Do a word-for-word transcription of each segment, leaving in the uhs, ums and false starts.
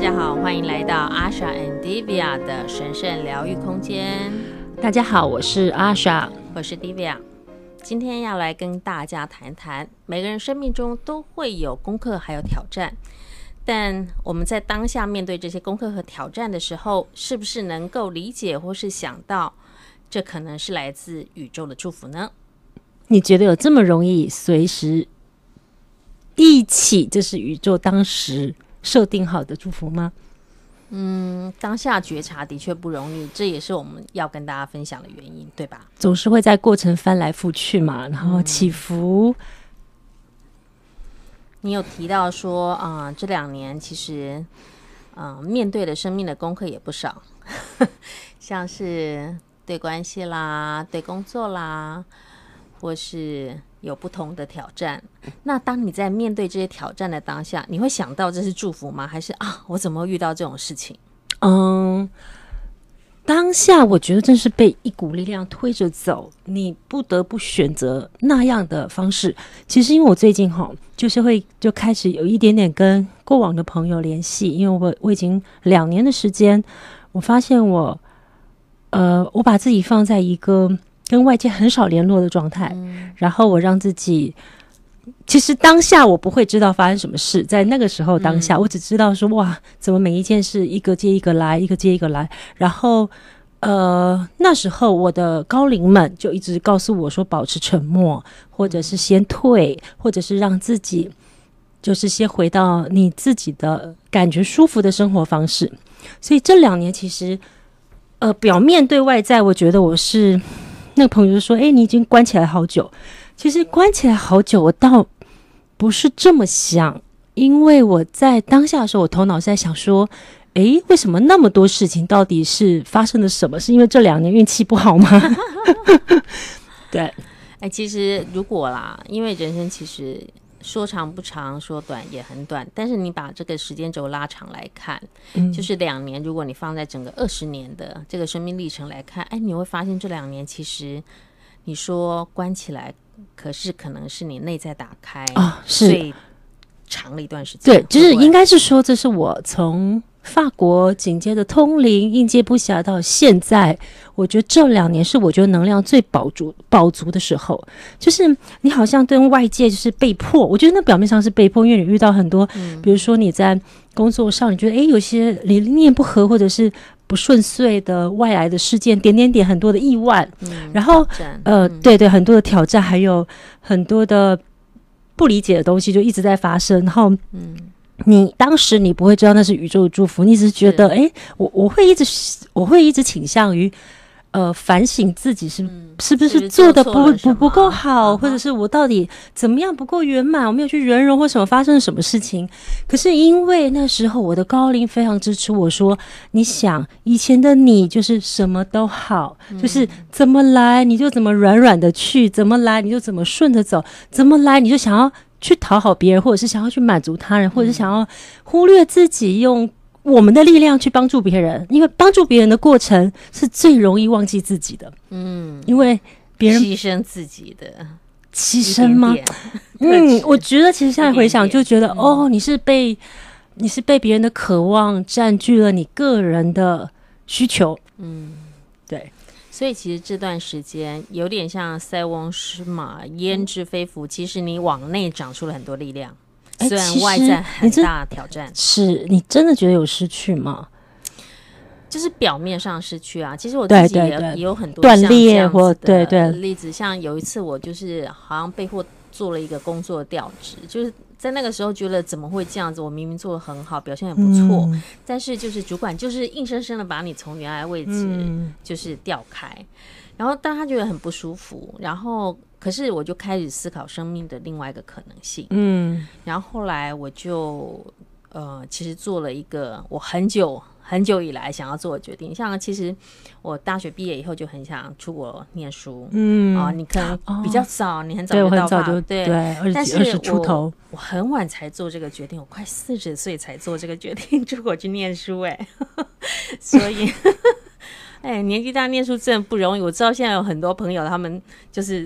家好，欢迎来到 Asha and Divya 的神圣疗愈空间。 大家好，我是 Asha， 我是 Divya。今天要来跟大家谈谈，每个人生命中都会有功课还有挑战，但我们在当下面对这些功课和挑战的时候，是不是能够理解或是想到这可能是来自宇宙的祝福呢？ 你觉得有这么容易随时一起，这是宇宙当时设定好的祝福吗？ 嗯，当下觉察的确不容易，这也是我们要跟大家分享的原因，对吧？ 总是会在过程翻来覆去嘛，然后起伏。嗯、 你有提到说啊、呃，这两年其实嗯、呃，面对的生命的功课也不少，像是对关系啦，对工作啦，或是有不同的挑战。那当你在面对这些挑战的当下，你会想到这是祝福吗？还是啊，我怎么会遇到这种事情？ 嗯，当下我觉得真是被一股力量推着走，你不得不选择那样的方式。其实因为我最近哈，就是会就开始有一点点跟过往的朋友联系，因为我我已经两年的时间，我发现我呃，我把自己放在一个跟外界很少联络的状态、嗯、然后我让自己，其实当下我不会知道发生什么事，在那个时候当下、嗯、我只知道说哇，怎么每一件事一个接一个来，一个接一个来，然后呃，那时候我的高龄们就一直告诉我说保持沉默，或者是先退，或者是让自己就是先回到你自己的感觉舒服的生活方式。所以这两年其实呃，表面对外在我觉得我是那个朋友就说：“哎、欸，你已经关起来好久。”其实关起来好久，我倒不是这么想，因为我在当下的时候，我头脑是在想说：“哎、欸，为什么那么多事情？到底是发生了什么？是因为这两年运气不好吗？”对，哎、 欸，其实如果啦，因为人生其实说长不长，说短也很短，但是你把这个时间轴拉长来看、嗯、就是两年，如果你放在整个二十年的这个生命历程来看，哎，你会发现这两年其实你说关起来，可是可能是你内在打开最长的一段时间、哦、 对，就是应该是说这是我从法国紧接着通灵应接不暇到现在，我觉得这两年是我觉得能量最饱足饱足的时候，就是你好像跟外界就是被迫，我觉得那表面上是被迫，因为你遇到很多、嗯、比如说你在工作上你觉得诶有些理念不合或者是不顺遂的外来的事件点点点很多的意外、嗯、然后呃、嗯、对对很多的挑战，还有很多的不理解的东西就一直在发生，然后嗯你当时你不会知道那是宇宙的祝福，你只是觉得哎，我我会一直我会一直倾向于呃反省自己是、嗯、是不是做的不不不够好、嗯、或者是我到底怎么样不够圆满，我没有去圆融或什么发生了什么事情。可是因为那时候我的高龄非常支持我说，你想以前的你就是什么都好、嗯、就是怎么来你就怎么软软的去，怎么来你就怎么顺着走，怎么来你就想要去讨好别人，或者是想要去满足他人，或者是想要忽略自己，用我们的力量去帮助别人，因为帮助别人的过程是最容易忘记自己的。嗯，因为别人牺牲自己的牺牲吗？点点嗯，我觉得其实现在回想就觉得，点点哦，你是被你是被别人的渴望占据了你个人的需求。嗯，对。 所以其实这段时间有点像塞翁失马焉知非福、嗯、其实你往内长出了很多力量、欸、虽然外在很大的挑战。 是你真的觉得有失去吗？ 就是表面上失去啊，其实我自己 也, 对对对也有很多断裂或对对例子，像有一次我就是好像被迫做了一个工作调职，就是在那个时候觉得怎么会这样子，我明明做得很好，表现也不错、嗯、但是就是主管就是硬生生的把你从原来的位置就是调开、嗯、然后但他觉得很不舒服，然后可是我就开始思考生命的另外一个可能性。嗯，然后后来我就呃其实做了一个我很久很久以来想要做的决定，像其实我大学毕业以后就很想出国念书。嗯啊、呃，你可能比较早、哦、你很早就到法，对， 对，但是我出头我很晚才做这个决定，我快四十岁才做这个决定出国去念书。哎，所以哎，年纪大念书真的不容易。我知道现在有很多朋友他们就是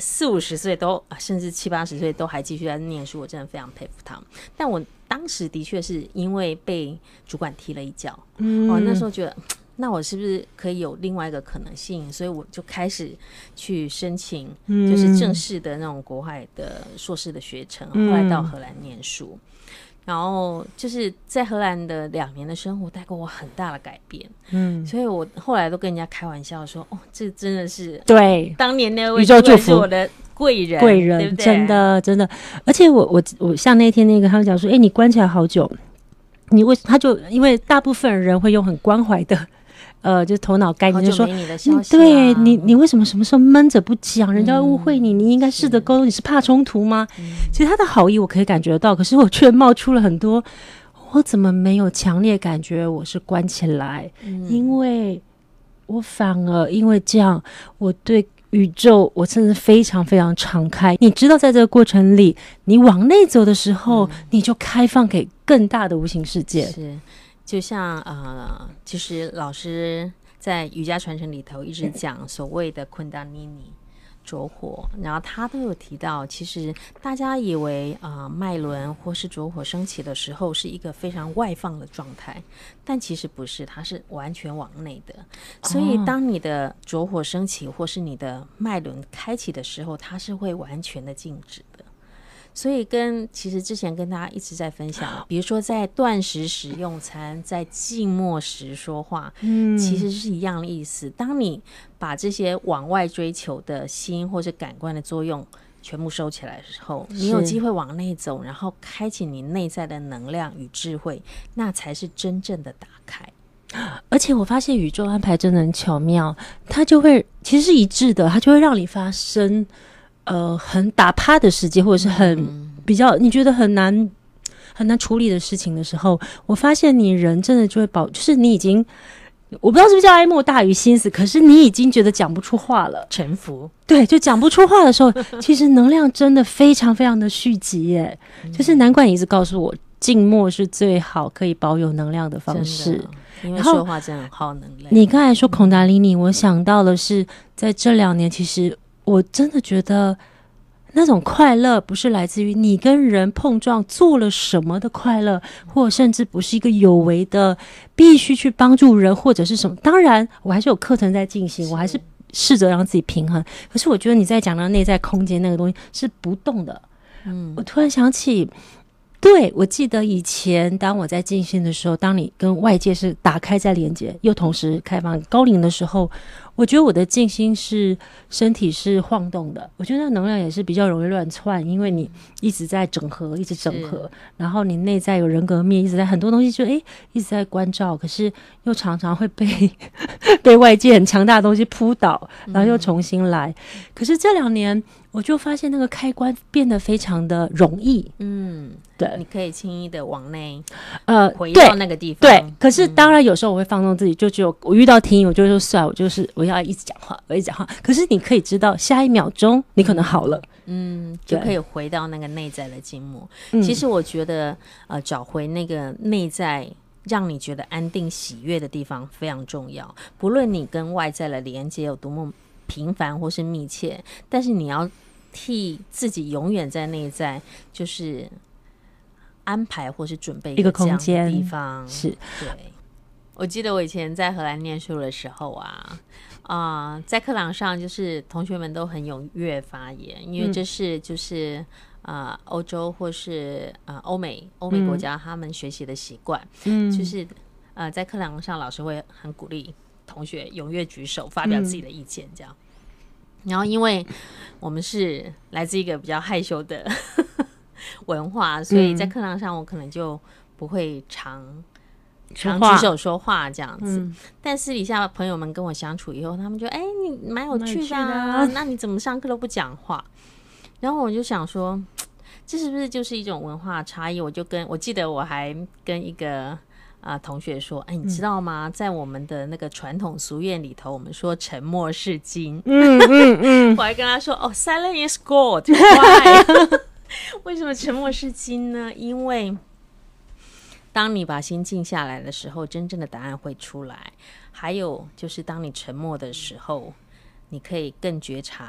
四五十岁都甚至七八十岁都还继续在念书，我真的非常佩服他们。但我当时的确是因为被主管踢了一脚，嗯，哦，那时候觉得那我是不是可以有另外一个可能性，所以我就开始去申请就是正式的那种国外的硕士的学程，嗯，后来到荷兰念书，然后就是在荷兰的两年的生活带给我很大的改变，嗯，所以我后来都跟人家开玩笑说，哦，这真的是对当年那位宇宙祝福是我的贵人， 贵人，对不对？真的真的。而且我我我像那天那个他们讲说，哎，你关起来好久，你为他就因为大部分人会用很关怀的。呃，就头脑概念就说， 你的消息啊， 对你，你为什么什么时候闷着不讲？人家误会你，嗯，你应该试着沟通。你是怕冲突吗？嗯，其实他的好意我可以感觉到，可是我却冒出了很多，我怎么没有强烈感觉我是关起来？嗯，因为我反而因为这样，我对宇宙我真的非常非常敞开。你知道，在这个过程里，你往内走的时候，嗯，你就开放给更大的无形世界。 是。就像呃，其实老师在瑜伽传承里头一直讲所谓的昆达尼尼着火，然后他都有提到，其实大家以为啊、呃、脉轮或是着火升起的时候是一个非常外放的状态，但其实不是，它是完全往内的。所以当你的着火升起或是你的脉轮开启的时候，它是会完全的静止的。所以跟其实之前跟大家一直在分享，比如说在断食时用餐，在静默时说话，嗯，其实是一样的意思。当你把这些往外追求的心或者感官的作用全部收起来的时候，你有机会往内走，然后开启你内在的能量与智慧，那才是真正的打开。 而且我发现宇宙安排真的很巧妙，它就会其实是一致的，它就会让你发生呃，很打趴的时间，或者是很比较你觉得很难很难处理的事情的时候，我发现你人真的就会保，就是你已经，我不知道是不是叫哀莫大于心死，可是你已经觉得讲不出话了， 臣服， 对，就讲不出话的时候，其实能量真的非常非常的蓄积耶，嗯，就是难怪你一直告诉我，静默是最好可以保有能量的方式。 因为说话真的很耗能量。 你刚才说孔达里尼，我想到的是在这两年，其实我真的觉得那种快乐不是来自于你跟人碰撞做了什么的快乐，或甚至不是一个有为的必须去帮助人或者是什么。当然我还是有课程在进行，我还是试着让自己平衡，可是我觉得你在讲的内在空间那个东西是不动的。嗯，我突然想起，对，我记得以前当我在静心的时候，当你跟外界是打开在连接又同时开放高龄的时候，我觉得我的静心是身体是晃动的，我觉得能量也是比较容易乱窜，因为你一直在整合一直整合，然后你内在有人格面，一直在很多东西就诶一直在关照，可是又常常会被被外界很强大的东西扑倒，然后又重新来、嗯、可是这两年我就发现那个开关变得非常的容易。嗯，对， 你可以轻易的往内呃回到那个地方。 对, 对，可是当然有时候我会放纵自己，就只有我遇到听音我就说算，我就是我要一直讲话我一直讲话，可是你可以知道下一秒钟你可能好了， 嗯，就可以回到那个内在的静默、嗯、其实我觉得呃，找回那个内在让你觉得安定喜悦的地方非常重要，不论你跟外在的连接有多么频繁或是密切，但是你要替自己永远在内在就是安排或是准备一个空间地方。 是， 对，我记得我以前在荷兰念书的时候啊啊、呃，在课堂上就是同学们都很踊跃发言，因为这是就是呃欧洲或是呃欧美欧美国家他们学习的习惯，嗯，就是呃在课堂上老师会很鼓励同学踊跃举手发表自己的意见这样、嗯、然后因为我们是来自一个比较害羞的文化，所以在课堂上我可能就不会常常举手说话这样子、嗯、但私底下朋友们跟我相处以后，他们就哎、欸、你蛮有趣的啊，那你怎么上课都不讲话？然后我就想说这是不是就是一种文化差异？我就跟我记得我还跟一个啊、呃，同学说，哎，你知道吗、嗯？在我们的那个传统俗谚里头，我们说沉默是金。嗯嗯嗯，我还跟他说，哦 ，silent is gold。Why？ 为什么沉默是金呢？因为当你把心静下来的时候，真正的答案会出来。还有就是，当你沉默的时候，你可以更觉察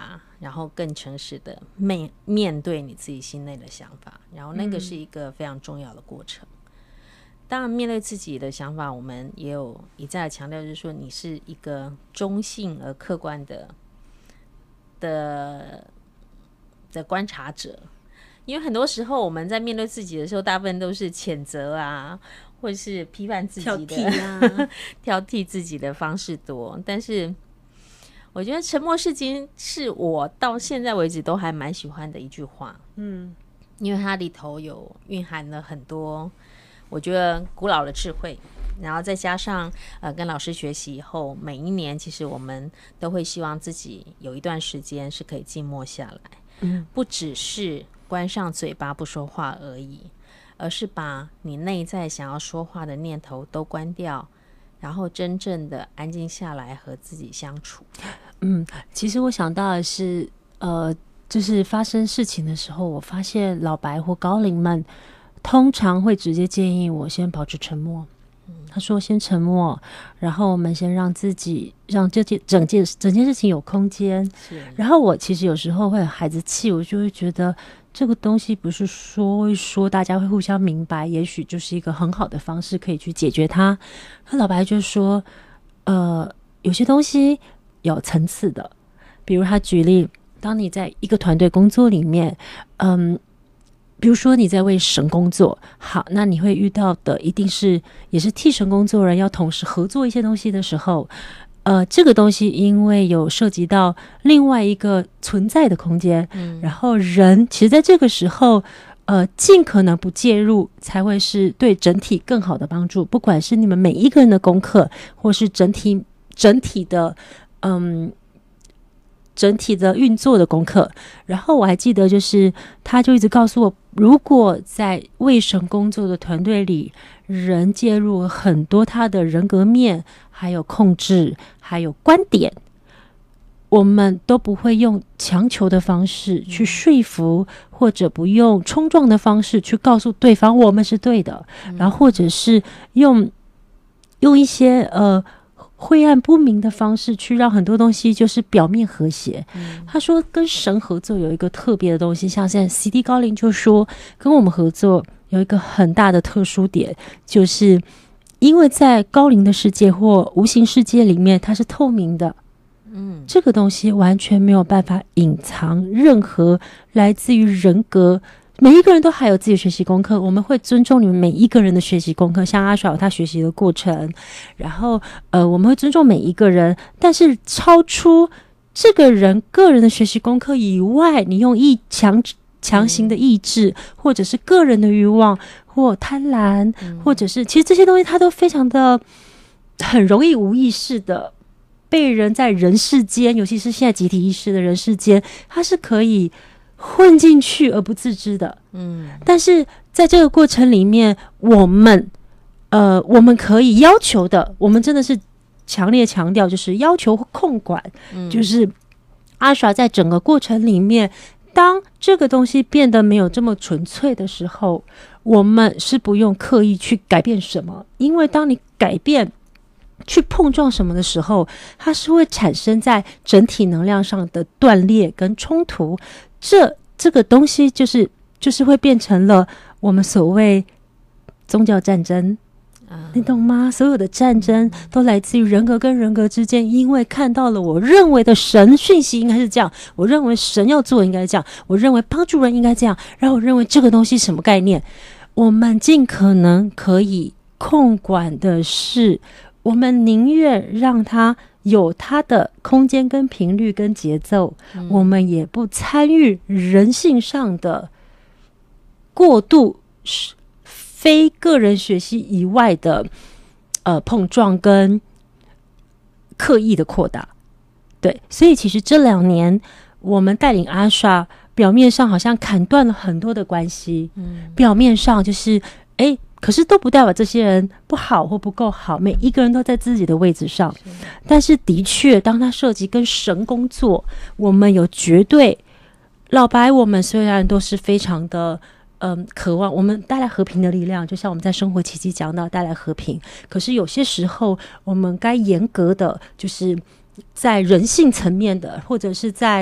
然后更诚实的面面对你自己心内的想法，然后那个是一个非常重要的过程。嗯、当然，面对自己的想法，我们也有一再的强调，就是说你是一个中性而客观的的的观察者。因为很多时候我们在面对自己的时候，大部分都是谴责啊，或者是批判自己的挑剔啊挑剔自己的方式多。但是我觉得沉默是金是我到现在为止都还蛮喜欢的一句话，嗯，因为它里头有蕴含了很多我觉得古老的智慧，然后再加上呃跟老师学习以后，每一年其实我们都会希望自己有一段时间是可以静默下来，嗯，不只是关上嘴巴不说话而已，而是把你内在想要说话的念头都关掉，然后真正的安静下来和自己相处。 嗯，其实我想到的是呃，就是发生事情的时候，我发现老白或高龄们通常会直接建议我先保持沉默。他说先沉默，然后我们先让自己让这件整件整件事情有空间。然后我其实有时候会很孩子气，我就会觉得这个东西不是说一说大家会互相明白，也许就是一个很好的方式可以去解决它。那老白就说呃，有些东西有层次的，比如他举例，当你在一个团队工作里面，嗯比如说你在为神工作，好，那你会遇到的一定是也是替神工作人要同时合作一些东西的时候，呃，这个东西因为有涉及到另外一个存在的空间，嗯，然后人其实在这个时候呃，尽可能不介入才会是对整体更好的帮助，不管是你们每一个人的功课，或是整体整体的嗯整体的运作的功课。然后我还记得就是他就一直告诉我，如果在为神工作的团队里，人介入很多他的人格面，还有控制，还有观点，我们都不会用强求的方式去说服，或者不用冲撞的方式去告诉对方我们是对的，然后或者是用用一些呃晦暗不明的方式去让很多东西就是表面和谐。嗯、他说跟神合作有一个特别的东西，像现在 C D 高龄就说跟我们合作有一个很大的特殊点，就是因为在高龄的世界或无形世界里面它是透明的，嗯，这个东西完全没有办法隐藏任何来自于人格，每一个人都还有自己的学习功课，我们会尊重你们每一个人的学习功课，像阿爽有他学习的过程，然后呃，我们会尊重每一个人，但是超出这个人个人的学习功课以外，你用意强强行的意志、嗯、或者是个人的欲望或贪婪、嗯、或者是其实这些东西它都非常的很容易无意识的被人在人世间，尤其是现在集体意识的人世间，它是可以混进去而不自知的。嗯，但是在这个过程里面，我们呃，我们可以要求的，我们真的是强烈强调，就是要求控管、嗯、就是阿耍在整个过程里面，当这个东西变得没有这么纯粹的时候，我们是不用刻意去改变什么，因为当你改变去碰撞什么的时候，它是会产生在整体能量上的断裂跟冲突，这这个东西就是就是会变成了我们所谓宗教战争、嗯、你懂吗？所有的战争都来自于人格跟人格之间，因为看到了我认为的神讯息应该是这样，我认为神要做应该这样，我认为帮助人应该这样，然后我认为这个东西什么概念，我们尽可能可以控管的是，我们宁愿让它有它的空间跟频率跟节奏、嗯、我们也不参与人性上的过度非个人学习以外的呃碰撞跟刻意的扩大。对，所以其实这两年我们带领阿耍，表面上好像砍断了很多的关系、嗯、表面上就是哎，可是都不代表这些人不好或不够好，每一个人都在自己的位置上。是，但是的确当他涉及跟神工作，我们有绝对老白，我们虽然都是非常的嗯，渴望我们带来和平的力量，就像我们在生活奇迹讲到带来和平，可是有些时候我们该严格的就是在人性层面的，或者是在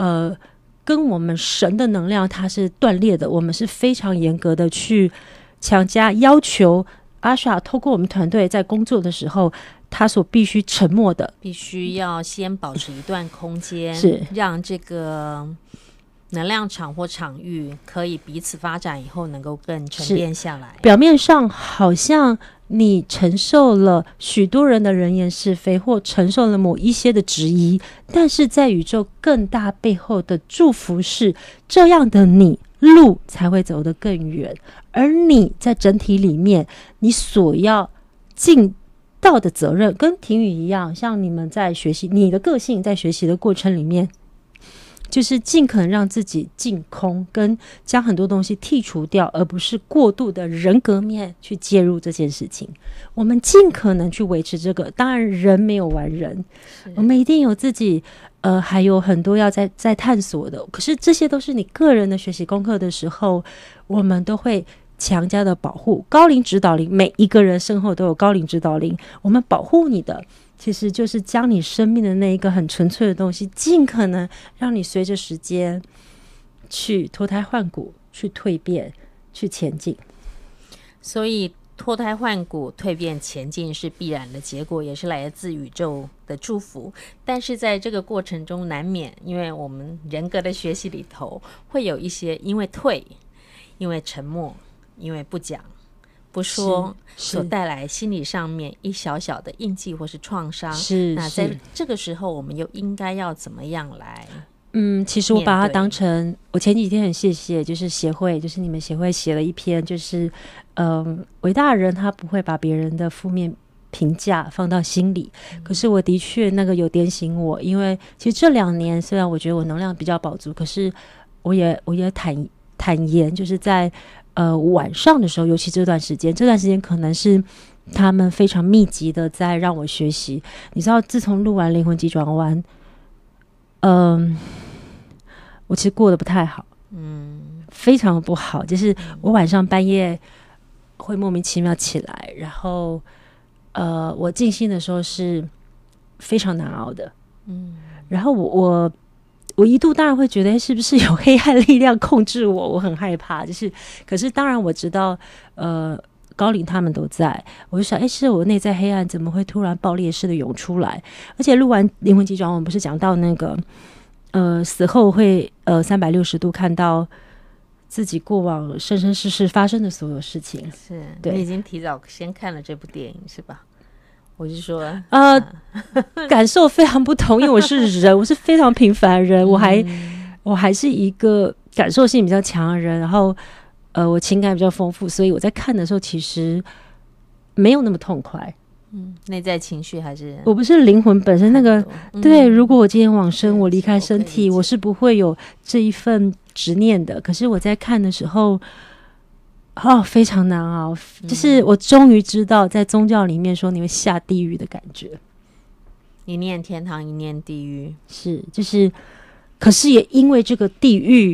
呃，跟我们神的能量它是断裂的，我们是非常严格的去强加要求阿莎透过我们团队在工作的时候，他所必须沉默的， 必须要先保持一段空间， 是让这个能量场或场域可以彼此发展以后能够更沉淀下来。 表面上好像你承受了许多人的人言是非，或承受了某一些的质疑，但是在宇宙更大背后的祝福是，这样的你路才会走得更远，而你在整体里面你所要尽到的责任跟婷宇一样，像你们在学习，你的个性在学习的过程里面，就是尽可能让自己净空，跟将很多东西剔除掉，而不是过度的人格面去介入这件事情。我们尽可能去维持这个，当然人没有完人，我们一定有自己呃，还有很多要在在探索的。可是这些都是你个人的学习功课的时候，我们都会强加的保护。高龄指导灵，每一个人身后都有高龄指导灵，我们保护你的其实就是将你生命的那一个很纯粹的东西，尽可能让你随着时间去脱胎换骨，去蜕变，去前进。 所以脱胎换骨、蜕变前进是必然的结果，也是来自宇宙的祝福。但是在这个过程中，难免因为我们人格的学习里头，会有一些因为退、因为沉默、因为不讲不说所带来心理上面一小小的印记或是创伤。 是， 那在这个时候我们又应该要怎么样来？ 嗯，其实我把它当成，我前几天很谢谢，就是协会，就是你们协会写了一篇，就是嗯，伟大的人他不会把别人的负面评价放到心里，嗯、可是我的确那个有点醒我，因为其实这两年虽然我觉得我能量比较饱足，可是我也我也坦坦言，就是在呃晚上的时候，尤其这段时间，这段时间可能是他们非常密集的在让我学习。你知道，自从录完灵魂急转弯，嗯，我其实过得不太好，嗯，非常的不好。就是我晚上半夜会莫名其妙起来，然后呃，我静心的时候是非常难熬的，嗯，然后我我我一度当然会觉得是不是有黑暗力量控制我，我很害怕。就是，可是当然我知道，呃。高龄他们都在，我就想，哎，是我内在黑暗怎么会突然爆裂式的涌出来？而且录完灵魂急转弯，我们不是讲到那个，呃，死后会呃三百六十度看到自己过往生生世世发生的所有事情。 是， 对， 你已经提早先看了这部电影是吧？我是说， 呃，感受非常不同，因为我是人，我是非常平凡的人，我还、嗯、我还是一个感受性比较强的人，然后。呃，我情感比较丰富，所以我在看的时候其实没有那么痛快。 嗯，内在情绪还是我不是灵魂本身那个、嗯、对。如果我今天往生，我离开身体，我是不会有这一份执念的。可是我在看的时候，哦，非常难熬。嗯、就是我终于知道，在宗教里面说你会下地狱的感觉， 一念天堂，一念地狱， 是就是。可是也因为这个地狱。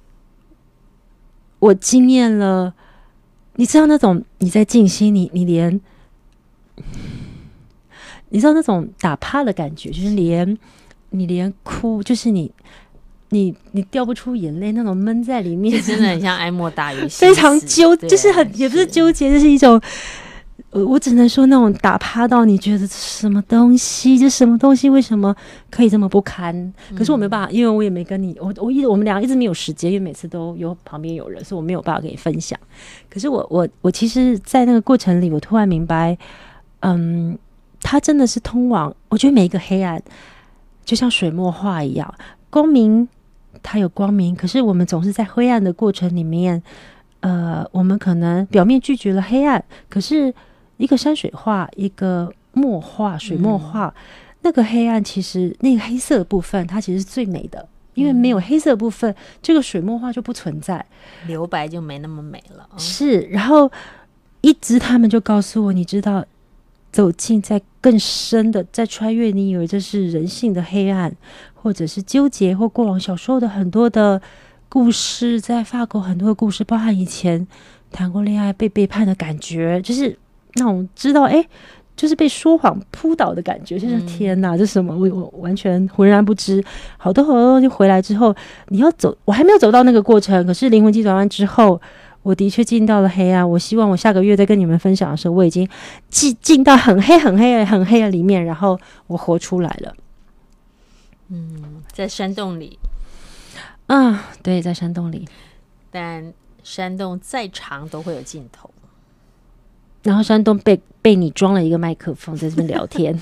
我经验了，你知道那种你在静心，你你连，你知道那种打趴的感觉，就是连你连哭，就是你你你掉不出眼泪，那种闷在里面， 真的很像哀莫大于心死， 非常纠，就是很也不是纠结，就是一种。我只能说那种打趴到你觉得这什么东西，这什么东西为什么可以这么不堪、嗯、可是我没办法，因为我也没跟你我我一我们俩一直没有时间，因为每次都有旁边有人，所以我没有办法跟你分享。可是我我我其实在那个过程里，我突然明白，嗯，它真的是通往，我觉得每一个黑暗就像水墨画一样，光明它有光明，可是我们总是在灰暗的过程里面，呃，我们可能表面拒绝了黑暗，可是一个山水画，一个墨画，水墨画、嗯，那个黑暗其实那个黑色的部分，它其实是最美的，因为没有黑色的部分，这个水墨画就不存在， 留白就没那么美了。嗯、 是，然后一直他们就告诉我，你知道，走进在更深的，在穿越你以为这是人性的黑暗，或者是纠结，或过往小时候的很多的故事，在法国很多的故事，包含以前谈过恋爱被背叛的感觉，就是。那种知道，哎， 就是被说谎扑倒的感觉，就是天哪，这什么？我我完全浑然不知。好多好多东西回来之后，你要走，我还没有走到那个过程，可是灵魂急转弯之后，我的确进到了黑暗。我希望我下个月再跟你们分享的时候，我已经进进到很黑、很黑、很黑的里面，然后我活出来了。 嗯，在山洞里啊，对，在山洞里， 但山洞再长都会有尽头。 然后山洞被被你装了一个麦克风在这边聊天，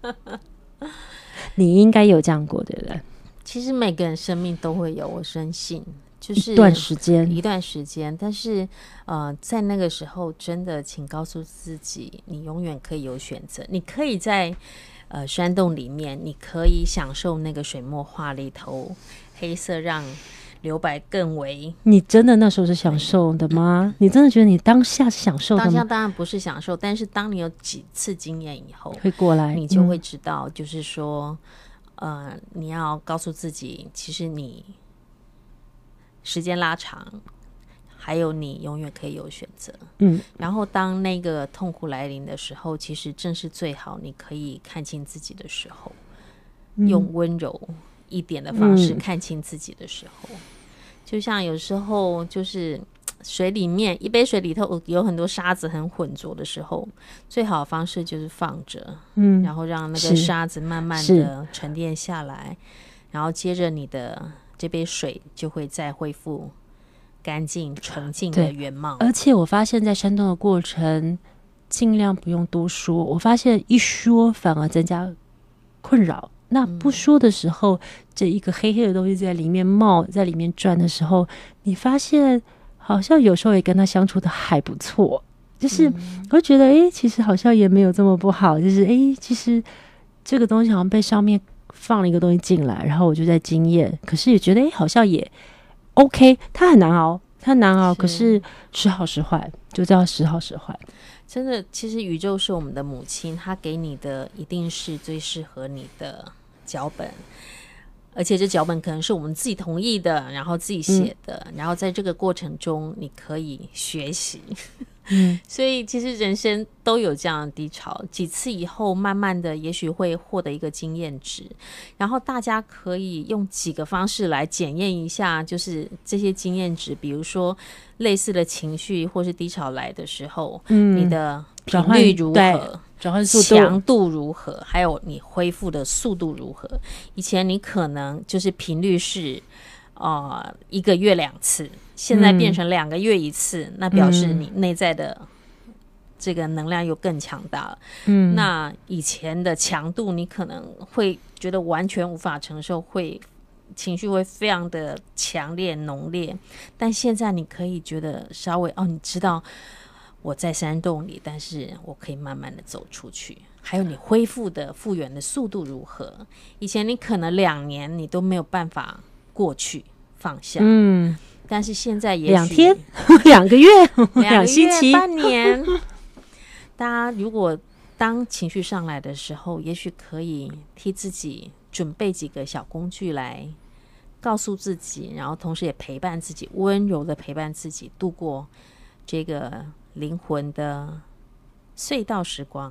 你应该有这样过，对不对？ 其实每个人生命都会有，我深信，就是一段时间， 一段时间。但是，呃，在那个时候，真的，请告诉自己，你永远可以有选择。你可以在呃山洞里面，你可以享受那个水墨画里头黑色让留白更为。 你真的那时候是享受的吗？你真的觉得你当下是享受的吗？ 当下当然不是享受，但是当你有几次经验以后， 会过来， 你就会知道，就是说，嗯、呃，你要告诉自己，其实你时间拉长，还有你永远可以有选择。嗯，然后当那个痛苦来临的时候，其实正是最好你可以看清自己的时候，嗯、用温柔一点的方式看清自己的时候。嗯，就像有时候就是水里面一杯水里头有很多沙子很混浊的时候，最好的方式就是放着，嗯，然后让那个沙子慢慢的沉淀下来，然后接着你的这杯水就会再恢复干净纯净的原貌。 而且我发现在山洞的过程尽量不用多说，我发现一说反而增加困扰。那不说的时候，嗯、这一个黑黑的东西在里面冒，在里面转的时候，你发现好像有时候也跟他相处的还不错，就是我觉得哎、欸，其实好像也没有这么不好，就是哎、欸，其实这个东西好像被上面放了一个东西进来，然后我就在经验，可是也觉得哎、欸，好像也 OK， 它很难熬，它难熬，是可是时好时坏，就叫时好时坏。 真的，其实宇宙是我们的母亲，她给你的一定是最适合你的脚本，而且这脚本可能是我们自己同意的，然后自己写的，嗯、然后在这个过程中你可以学习。嗯，所以其实人生都有这样的低潮，几次以后慢慢的也许会获得一个经验值，然后大家可以用几个方式来检验一下，就是这些经验值，比如说类似的情绪或是低潮来的时候，嗯，你的频率如何， 转换速度强度如何，还有你恢复的速度如何。以前你可能就是频率是呃一个月两次，现在变成两个月一次，嗯、那表示你内在的这个能量又更强大了。嗯，那以前的强度你可能会觉得完全无法承受，会情绪会非常的强烈浓烈，但现在你可以觉得稍微哦，你知道我在山洞里，但是我可以慢慢的走出去。还有你恢复的复原的速度如何？以前你可能两年你都没有办法过去放下，嗯，但是现在也许两天、两个月、两星期、 半年，大家如果当情绪上来的时候，也许可以替自己准备几个小工具来告诉自己，然后同时也陪伴自己，温柔的陪伴自己度过这个灵魂的隧道时光。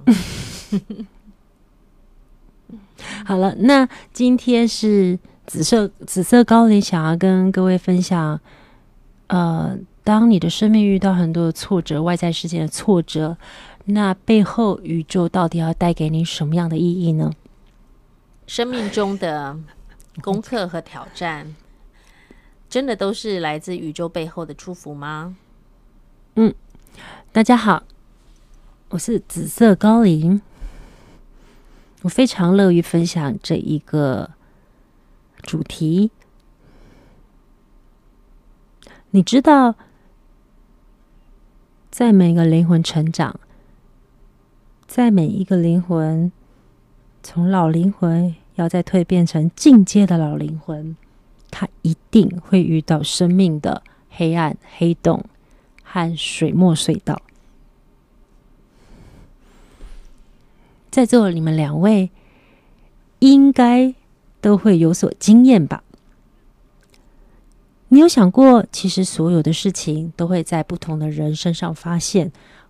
好了，那今天是紫色紫色高龄想要跟各位分享，呃，当你的生命遇到很多的挫折，外在世界的挫折，那背后宇宙到底要带给你什么样的意义呢？ 生命中的功课和挑战，真的都是来自宇宙背后的祝福吗？ 嗯，大家好，我是紫色高龄，我非常乐于分享这一个主题。你知道，在每个灵魂成长，在每一个灵魂从老灵魂要再蜕变成进阶的老灵魂，它一定会遇到生命的黑暗、黑洞和水墨隧道。在座你们两位应该都会有所经验吧？你有想过，其实所有的事情都会在不同的人身上发现，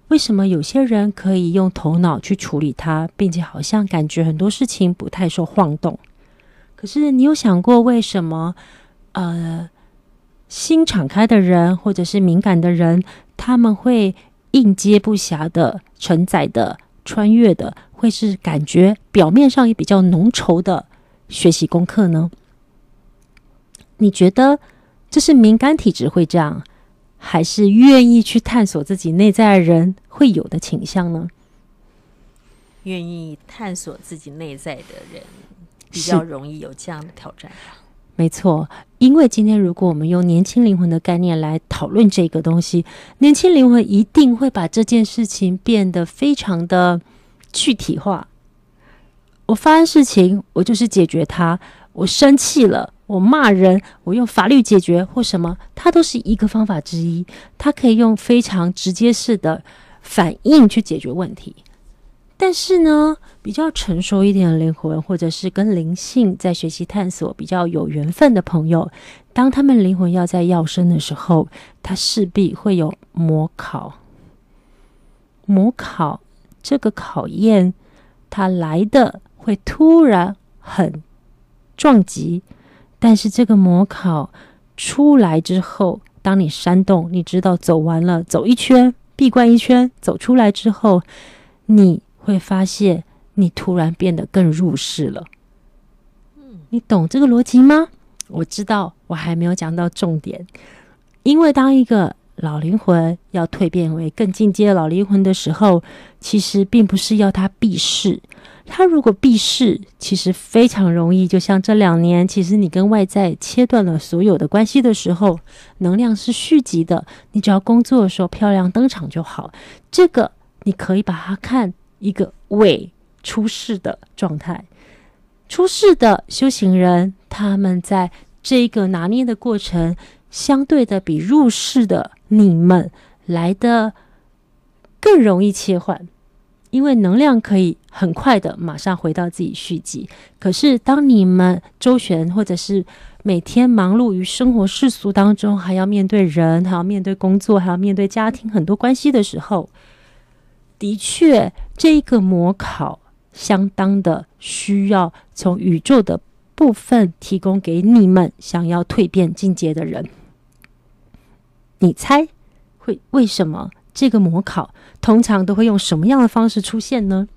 为什么有些人可以用头脑去处理它，并且好像感觉很多事情不太受晃动？可是你有想过为什么呃，心敞开的人或者是敏感的人，他们会应接不暇的承载的穿越的，会是感觉表面上也比较浓稠的学习功课呢？你觉得这是敏感体质会这样，还是愿意去探索自己内在的人会有的倾向呢？ 愿意探索自己内在的人比较容易有这样的挑战。 没错，因为今天如果我们用年轻灵魂的概念来讨论这个东西，年轻灵魂一定会把这件事情变得非常的具体化。我发生事情，我就是解决它，我生气了，我骂人，我用法律解决或什么，它都是一个方法之一。它可以用非常直接式的反应去解决问题。但是呢，比较成熟一点的灵魂，或者是跟灵性在学习探索比较有缘分的朋友，当他们灵魂要在要生的时候，他势必会有模考。模考这个考验，它来的会突然很撞击，但是这个模考出来之后，当你煽动，你知道走完了，走一圈，闭关一圈，走出来之后，你会发现你突然变得更入世了。你懂这个逻辑吗？我知道我还没有讲到重点，因为当一个老灵魂要蜕变为更进阶的老灵魂的时候，其实并不是要他避世。他如果避世，其实非常容易，就像这两年，其实你跟外在切断了所有的关系的时候，能量是蓄积的，你只要工作的时候漂亮登场就好。这个你可以把它看一个伪出世的状态。出世的修行人，他们在这个拿捏的过程，相对的比入世的你们来的更容易切换，因为能量可以很快的马上回到自己蓄积。可是当你们周旋或者是每天忙碌于生活世俗当中，还要面对人，还要面对工作，还要面对家庭很多关系的时候，的确这个模考相当的需要从宇宙的部分提供给你们想要蜕变进阶的人。你猜会为什么这个模考通常都会用什么样的方式出现呢？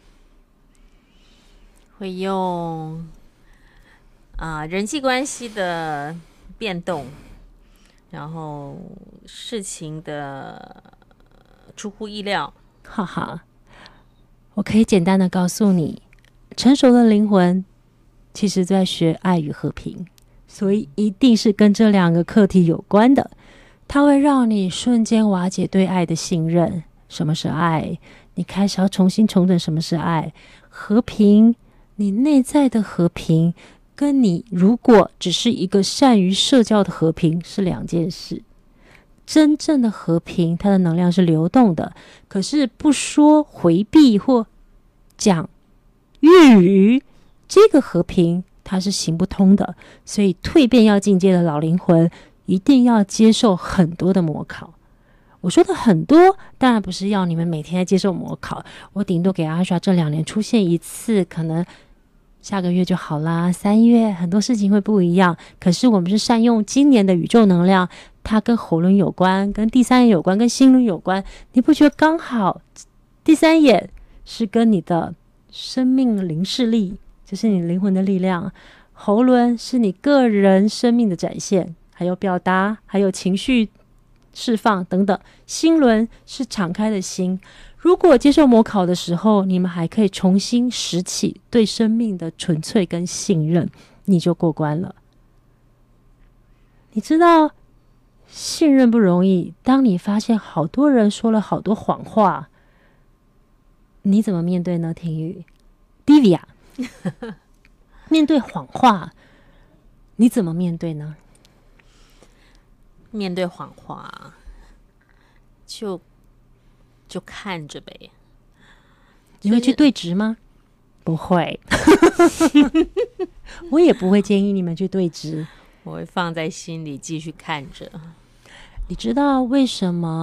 会用啊、呃、人际关系的变动，然后事情的出乎意料。 哈哈，我可以简单的告诉你，成熟的灵魂其实在学爱与和平，所以一定是跟这两个课题有关的。它会让你瞬间瓦解对爱的信任。什么是爱？你开始要重新重整什么是爱。和平，你内在的和平跟你如果只是一个善于社交的和平是两件事。真正的和平，它的能量是流动的，可是不说回避或讲粤语，这个和平它是行不通的。所以蜕变要进阶的老灵魂一定要接受很多的模考。我说的很多当然不是要你们每天接受模考，我顶多给阿莎这两年出现一次，可能下个月就好啦，三月很多事情会不一样。可是我们是善用今年的宇宙能量，它跟喉轮有关，跟第三眼有关，跟心轮有关。你不觉得刚好第三眼是跟你的生命灵视力，就是你灵魂的力量，喉轮是你个人生命的展现，还有表达，还有情绪释放等等。心轮是敞开的心。如果接受模考的时候，你们还可以重新拾起对生命的纯粹跟信任，你就过关了。你知道信任不容易，当你发现好多人说了好多谎话，你怎么面对呢？婷宇 Divya 面对谎话你怎么面对呢？ 面对谎话就就看着呗。 你会去对质吗？不会我也不会建议你们去对质， 我会放在心里继续看着。 你知道为什么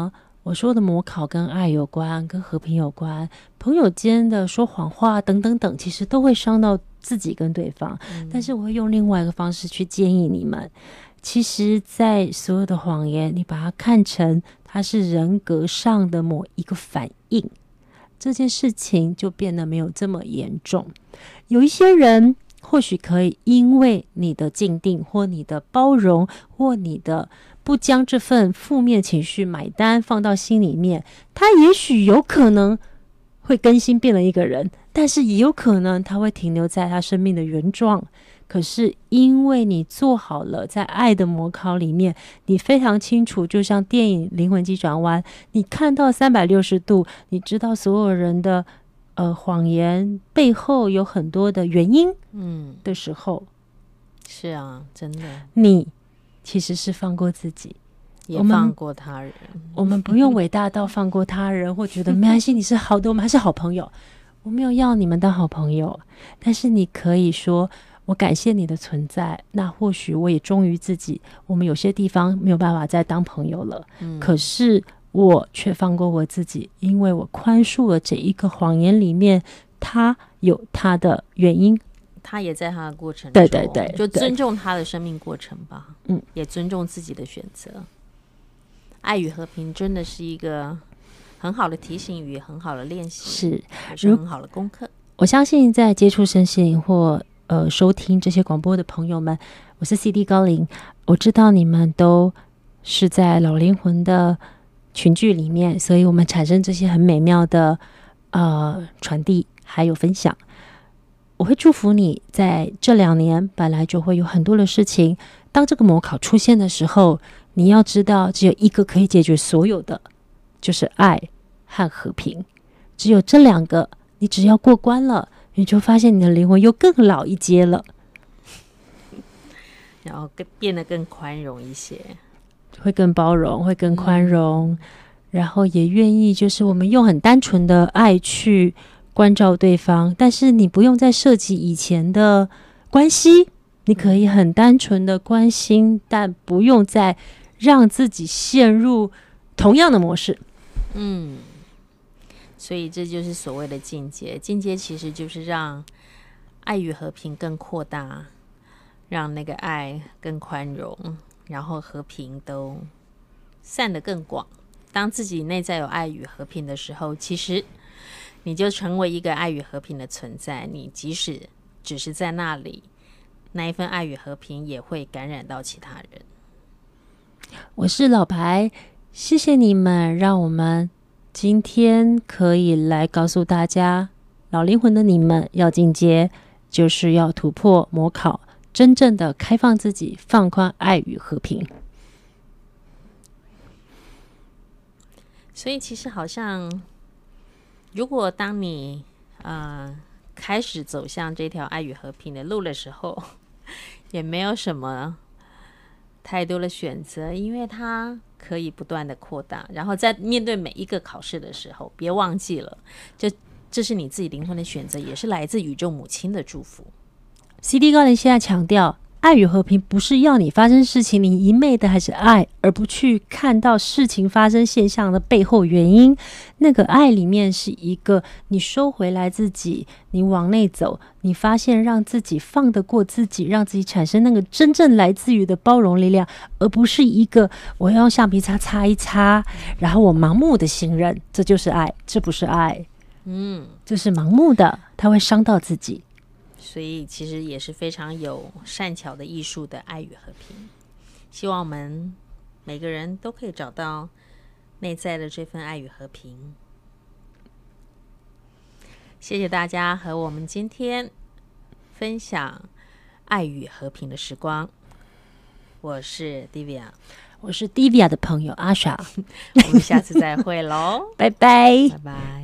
我说的模考跟爱有关，跟和平有关，朋友间的说谎话等等等，其实都会伤到自己跟对方、嗯、但是我会用另外一个方式去建议你们，其实在所有的谎言，你把它看成它是人格上的某一个反应，这件事情就变得没有这么严重。有一些人或许可以因为你的静定或你的包容或你的不将这份负面情绪买单放到心里面，他也许有可能会更新变了一个人，但是也有可能他会停留在他生命的原状。可是因为你做好了在爱的模考里面，你非常清楚，就像电影灵魂急转弯，你看到三百六十度，你知道所有人的呃谎言背后有很多的原因嗯的时候、嗯、 是啊，真的你其实是放过自己， 也放过他人。 我们不用伟大到放过他人或觉得没关系，你是好的，我们还是好朋友。我没有要你们当好朋友，但是你可以说我感谢你的存在，那或许我也忠于自己，我们有些地方没有办法再当朋友了、嗯、可是我却放过我自己，因为我宽恕了这一个谎言里面他有他的原因， 他也在他的过程中， 对对对， 就尊重他的生命过程吧，嗯，也尊重自己的选择。爱与和平真的是一个很好的提醒与很好的练习， 是也是很好的功课。 我相信在接触身心灵或呃收听这些广播的朋友们，我是 C D 高龄，我知道你们都是在老灵魂的群聚里面，所以我们产生这些很美妙的呃传递还有分享。我会祝福你在这两年本来就会有很多的事情，当这个模考出现的时候，你要知道只有一个可以解决所有的，就是爱和和平，只有这两个，你只要过关了，你就发现你的灵魂又更老一阶了， 然后更变得更宽容一些， 会更包容，会更宽容、嗯、然后也愿意就是我们用很单纯的爱去关照对方，但是你不用再涉及以前的关系，你可以很单纯的关心，但不用再让自己陷入同样的模式。 嗯，所以这就是所谓的进阶。进阶其实就是让爱与和平更扩大，让那个爱更宽容，然后和平都散得更广。当自己内在有爱与和平的时候，其实你就成为一个爱与和平的存在，你即使只是在那里，那一份爱与和平也会感染到其他人。 我是老白，谢谢你们让我们今天可以来告诉大家，老灵魂的你们要进阶，就是要突破模考，真正的开放自己，放宽爱与和平。 所以其实好像如果当你呃开始走向这条爱与和平的路的时候，也没有什么太多的选择，因为它可以不断的扩大，然后在面对每一个考试的时候，别忘记了，就这是你自己灵魂的选择，也是来自宇宙母亲的祝福。 C D 高龄现在强调，爱与和平不是要你发生事情你一昧的还是爱，而不去看到事情发生现象的背后原因。那个爱里面是一个你收回来自己，你往内走，你发现让自己放得过自己，让自己产生那个真正来自于的包容力量，而不是一个我要用橡皮擦擦一擦，然后我盲目的信任，这就是爱，这不是爱，嗯，这是盲目的，它会伤到自己。 所以其实也是非常有善巧的艺术的爱与和平，希望我们每个人都可以找到内在的这份爱与和平。谢谢大家和我们今天分享爱与和平的时光，我是 Divya， 我是 Divya 的朋友阿莎， 我们下次再会咯拜拜拜拜。